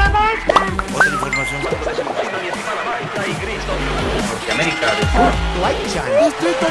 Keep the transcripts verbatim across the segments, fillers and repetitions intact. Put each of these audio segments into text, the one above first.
Otra información. Norteamérica. Distrito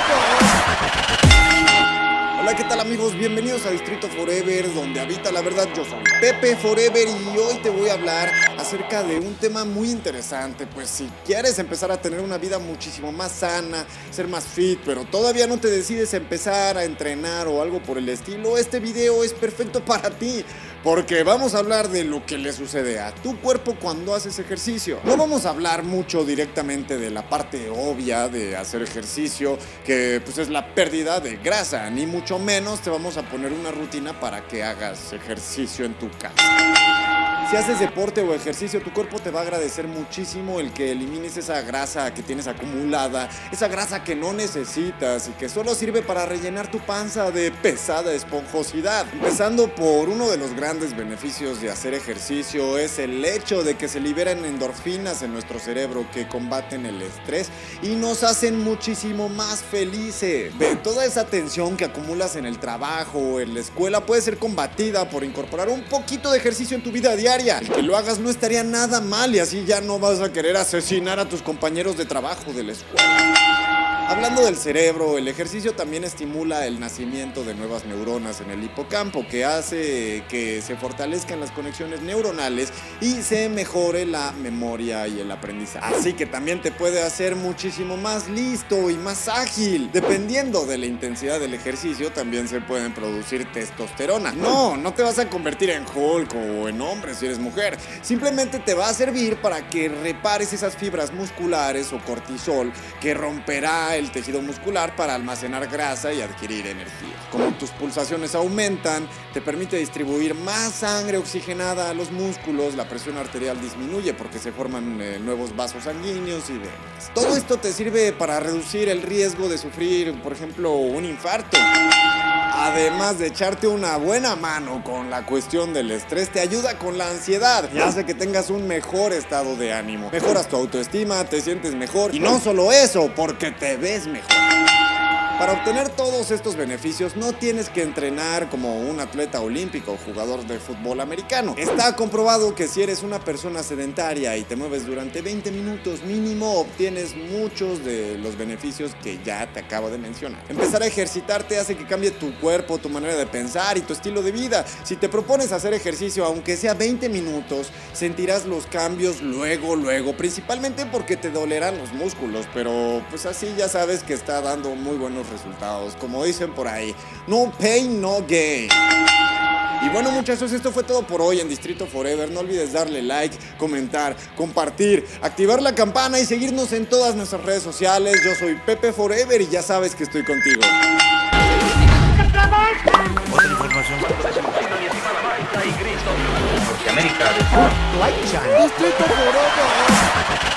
Forever. Hola, ¿qué tal amigos? Bienvenidos a Distrito Forever, donde habita la verdad. Yo soy Pepe Forever y hoy te voy a hablar acerca de un tema muy interesante. Pues si quieres empezar a tener una vida muchísimo más sana, ser más fit, pero todavía no te decides empezar a entrenar o algo por el estilo, este video es perfecto para ti. Porque vamos a hablar de lo que le sucede a tu cuerpo cuando haces ejercicio. No vamos a hablar mucho directamente de la parte obvia de hacer ejercicio, que pues es la pérdida de grasa, ni mucho menos te vamos a poner una rutina para que hagas ejercicio en tu casa. Si haces deporte o ejercicio, tu cuerpo te va a agradecer muchísimo el que elimines esa grasa que tienes acumulada, esa grasa que no necesitas y que solo sirve para rellenar tu panza de pesada esponjosidad. Empezando por uno de los grandes beneficios de hacer ejercicio es el hecho de que se liberan endorfinas en nuestro cerebro que combaten el estrés y nos hacen muchísimo más felices. Ve, toda esa tensión que acumulas en el trabajo o en la escuela puede ser combatida por incorporar un poquito de ejercicio en tu vida diaria. El que lo hagas no estaría nada mal y así ya no vas a querer asesinar a tus compañeros de trabajo de la escuela. Hablando del cerebro, el ejercicio también estimula el nacimiento de nuevas neuronas en el hipocampo, que hace que se fortalezcan las conexiones neuronales y se mejore la memoria y el aprendizaje. Así que también te puede hacer muchísimo más listo y más ágil. Dependiendo de la intensidad del ejercicio, también se pueden producir testosterona. No, no te vas a convertir en Hulk o en hombre si eres mujer. Simplemente te va a servir para que repares esas fibras musculares o cortisol que romperá el tejido muscular para almacenar grasa y adquirir energía. Como tus pulsaciones aumentan, te permite distribuir más sangre oxigenada a los músculos, la presión arterial disminuye porque se forman eh, nuevos vasos sanguíneos y demás. Todo esto te sirve para reducir el riesgo de sufrir, por ejemplo, un infarto. Además de echarte una buena mano con la cuestión del estrés, te ayuda con la ansiedad y hace que tengas un mejor estado de ánimo. Mejoras tu autoestima, te sientes mejor y no solo eso, porque te ves mejor. Para obtener todos estos beneficios no tienes que entrenar como un atleta olímpico o jugador de fútbol americano. Está comprobado que si eres una persona sedentaria y te mueves durante veinte minutos mínimo, obtienes muchos de los beneficios que ya te acabo de mencionar. Empezar a ejercitarte hace que cambie tu cuerpo, tu manera de pensar y tu estilo de vida. Si te propones hacer ejercicio, aunque sea veinte minutos, sentirás los cambios luego, luego, principalmente porque te dolerán los músculos, pero pues así ya sabes que está dando muy buenos resultados, como dicen por ahí, no pain, no gain. Y bueno muchachos, esto fue todo por hoy en Distrito Forever. No olvides darle like, comentar, compartir, activar la campana y seguirnos en todas nuestras redes sociales. Yo soy Pepe Forever y ya sabes que estoy contigo. Otra información. Norteamérica. Distrito Forever.